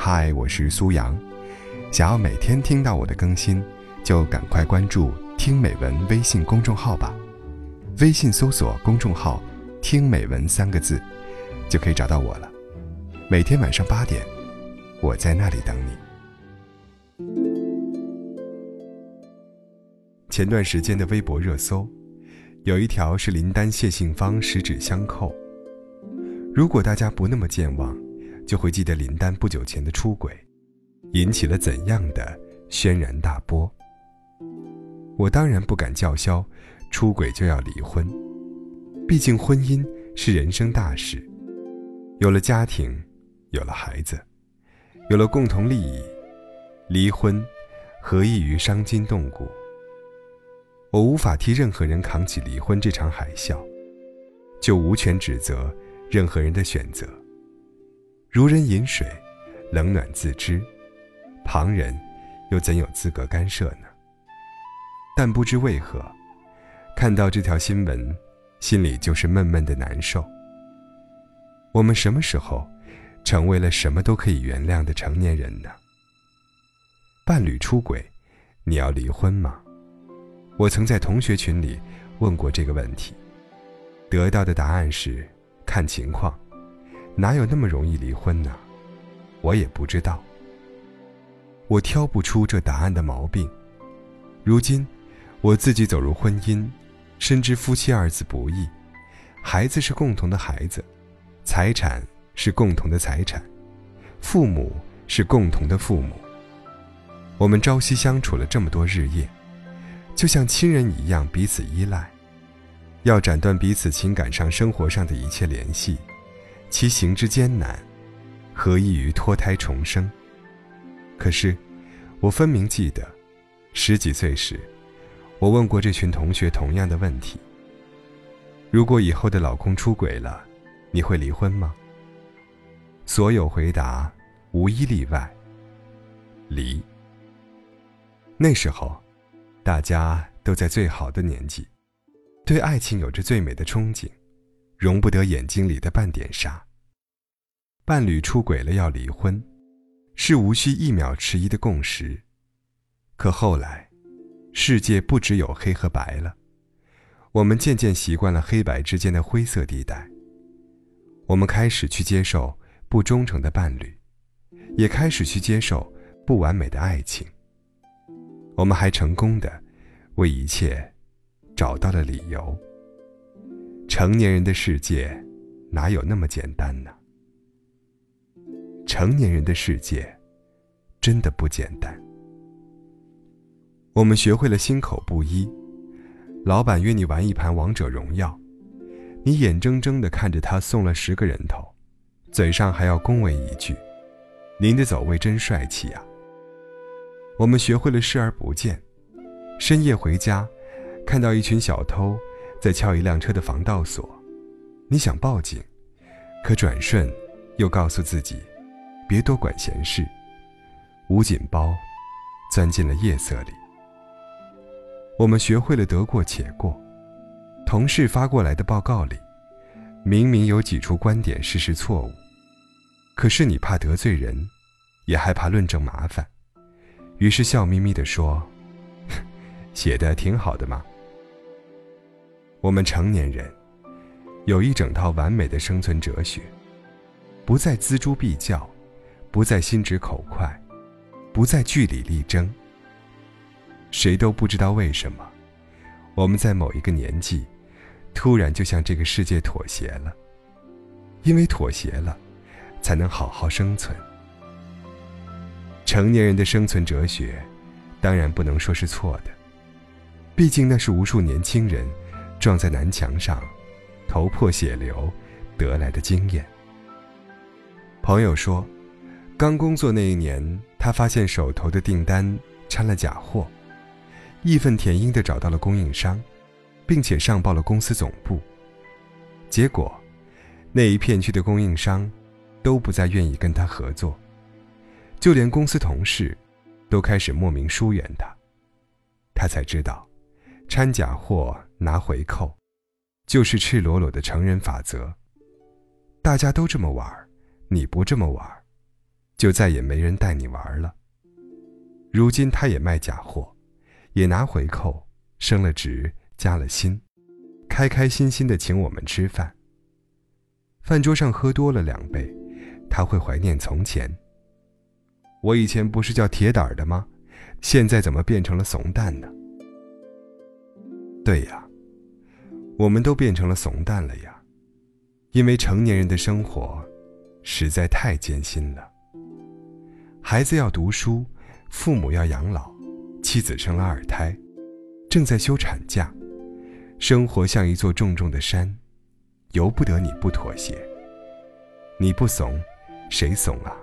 嗨，我是苏阳。想要每天听到我的更新，就赶快关注听美文微信公众号吧。微信搜索公众号听美文3个字，就可以找到我了。每天晚上8点，我在那里等你。前段时间的微博热搜，有一条是林丹谢杏芳十指相扣。如果大家不那么健忘，就会记得林丹不久前的出轨引起了怎样的轩然大波。我当然不敢叫嚣出轨就要离婚，毕竟婚姻是人生大事，有了家庭，有了孩子，有了共同利益，离婚何异于伤筋动骨。我无法替任何人扛起离婚这场海啸，就无权指责任何人的选择。如人饮水，冷暖自知，旁人又怎有资格干涉呢？但不知为何，看到这条新闻，心里就是闷闷的难受。我们什么时候成为了什么都可以原谅的成年人呢？伴侣出轨，你要离婚吗？我曾在同学群里问过这个问题，得到的答案是看情况，哪有那么容易离婚呢？我也不知道。我挑不出这答案的毛病。如今我自己走入婚姻，深知夫妻2字不易，孩子是共同的孩子，财产是共同的财产，父母是共同的父母。我们朝夕相处了这么多日夜，就像亲人一样彼此依赖，要斩断彼此情感上生活上的一切联系，其行之艰难，何异于脱胎重生？可是我分明记得10几岁时，我问过这群同学同样的问题：如果以后的老公出轨了，你会离婚吗？所有回答无一例外，离。那时候大家都在最好的年纪，对爱情有着最美的憧憬，容不得眼睛里的半点沙。伴侣出轨了要离婚，是无需1秒迟疑的共识。可后来，世界不只有黑和白了，我们渐渐习惯了黑白之间的灰色地带。我们开始去接受不忠诚的伴侣，也开始去接受不完美的爱情。我们还成功地为一切找到了理由。成年人的世界哪有那么简单呢？成年人的世界真的不简单。我们学会了心口不一，老板约你玩一盘王者荣耀，你眼睁睁地看着他送了10个人头，嘴上还要恭维一句：您的走位真帅气啊。我们学会了视而不见，深夜回家看到一群小偷在撬一辆车的防盗锁，你想报警，可转瞬又告诉自己别多管闲事，捂紧包钻进了夜色里。我们学会了得过且过，同事发过来的报告里明明有几处观点事实错误，可是你怕得罪人，也害怕论证麻烦，于是笑眯眯地说：写得挺好的嘛。我们成年人有一整套完美的生存哲学，不再锱铢必较，不再心直口快，不再据理力争。谁都不知道为什么，我们在某一个年纪突然就向这个世界妥协了，因为妥协了才能好好生存。成年人的生存哲学当然不能说是错的，毕竟那是无数年轻人撞在南墙上头破血流得来的经验。朋友说，刚工作那一年，他发现手头的订单掺了假货，义愤填膺地找到了供应商，并且上报了公司总部。结果那一片区的供应商都不再愿意跟他合作，就连公司同事都开始莫名疏远他。他才知道，掺假货拿回扣就是赤裸裸的成人法则。大家都这么玩，你不这么玩， 就再也没人带你玩了。如今他也卖假货，也拿回扣，升了职，加了薪，开开心心地请我们吃饭。饭桌上喝多了2杯，他会怀念从前。我以前不是叫铁胆的吗？现在怎么变成了怂蛋呢？对呀，我们都变成了怂蛋了呀，因为成年人的生活实在太艰辛了。孩子要读书，父母要养老，妻子生了2胎，正在休产假，生活像一座重重的山，由不得你不妥协。你不怂，谁怂啊？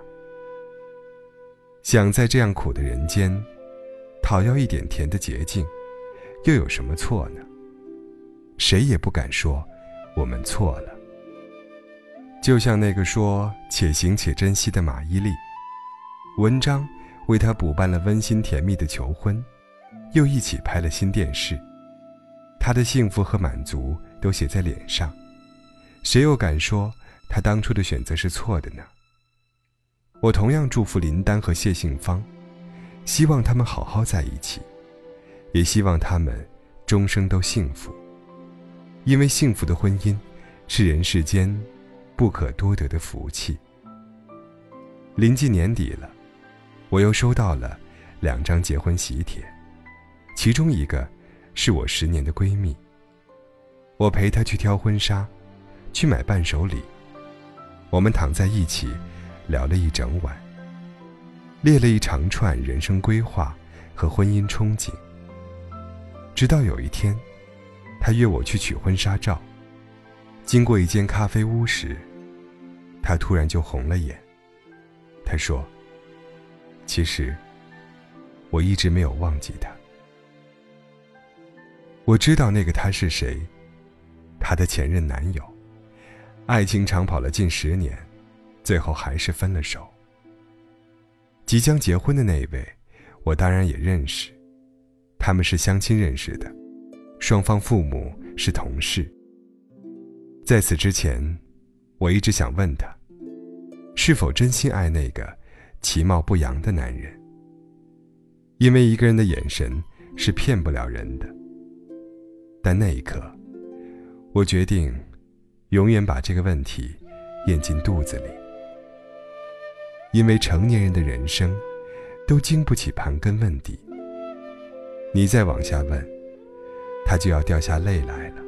想在这样苦的人间讨要一点甜的捷径，又有什么错呢？谁也不敢说我们错了。就像那个说且行且珍惜的马伊琍，文章为她补办了温馨甜蜜的求婚，又一起拍了新电视，她的幸福和满足都写在脸上，谁又敢说她当初的选择是错的呢？我同样祝福林丹和谢杏芳，希望他们好好在一起，也希望他们终生都幸福，因为幸福的婚姻是人世间不可多得的福气。临近年底了，我又收到了2张结婚喜帖，其中一个是我10年的闺蜜。我陪她去挑婚纱，去买伴手礼，我们躺在一起聊了一整晚，列了一长串人生规划和婚姻憧憬。直到有一天，她约我去取婚纱照，经过一间咖啡屋时，她突然就红了眼。她说，其实我一直没有忘记他。我知道那个他是谁，他的前任男友，爱情长跑了近10年，最后还是分了手。即将结婚的那一位，我当然也认识，他们是相亲认识的，双方父母是同事。在此之前，我一直想问他，是否真心爱那个其貌不扬的男人？因为一个人的眼神是骗不了人的。但那一刻，我决定永远把这个问题咽进肚子里。因为成年人的人生都经不起盘根问底，你再往下问，他就要掉下泪来了。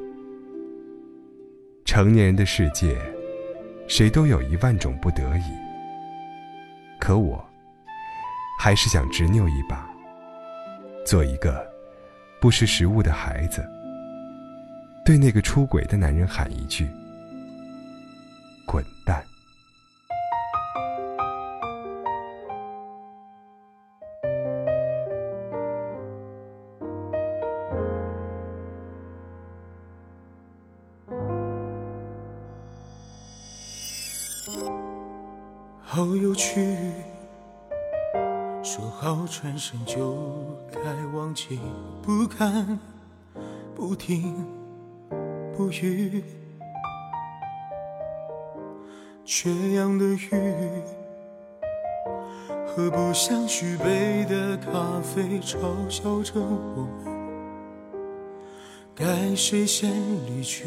成年人的世界，谁都有1万种不得已，可我还是想执拗一把，做一个不识时务的孩子，对那个出轨的男人喊一句：滚蛋！ 好有趣，说好转身就该忘记，不看不听不语，缺氧的鱼喝不下续杯的咖啡，嘲笑着我们该谁先离去，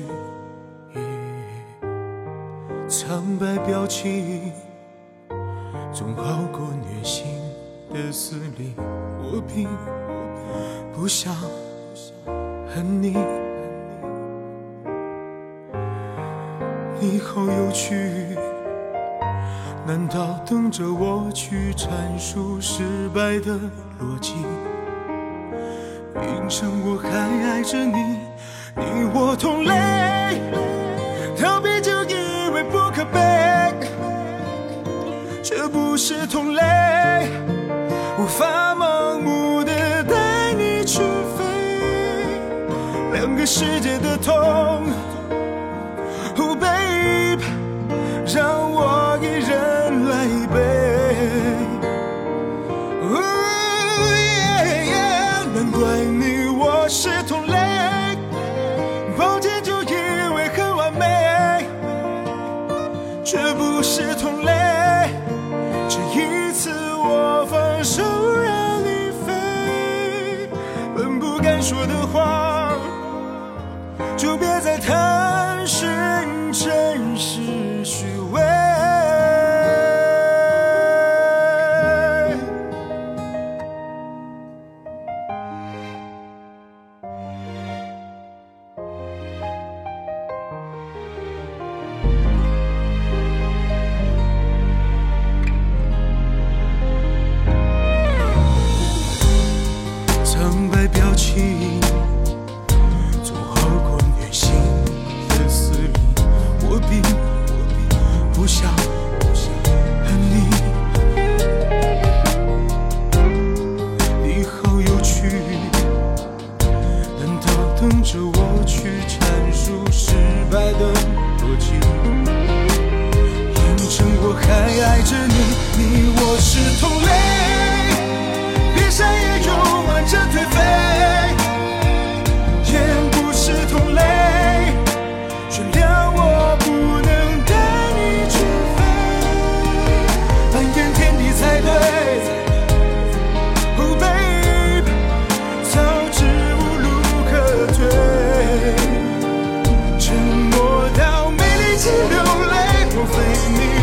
苍白表情总好过虐心的撕裂。我并不想恨你，你好有趣，难道等着我去阐述失败的逻辑？凭什么我还爱着你？你我同类，逃避就以为不可悲，这不是同类，无法盲目的带你去飞，2个世界的痛。Oh babe， 让我一人来背。Oh yeah， 难怪你我是同类，抱歉就以为很完美，这不是同类，只因着你，你我是同类，别闪也勇往着颓废，也不是同类，原谅我不能带你去飞，扮演天地才对。Oh babe， 早知无路可退，沉默到没力气流泪，莫非你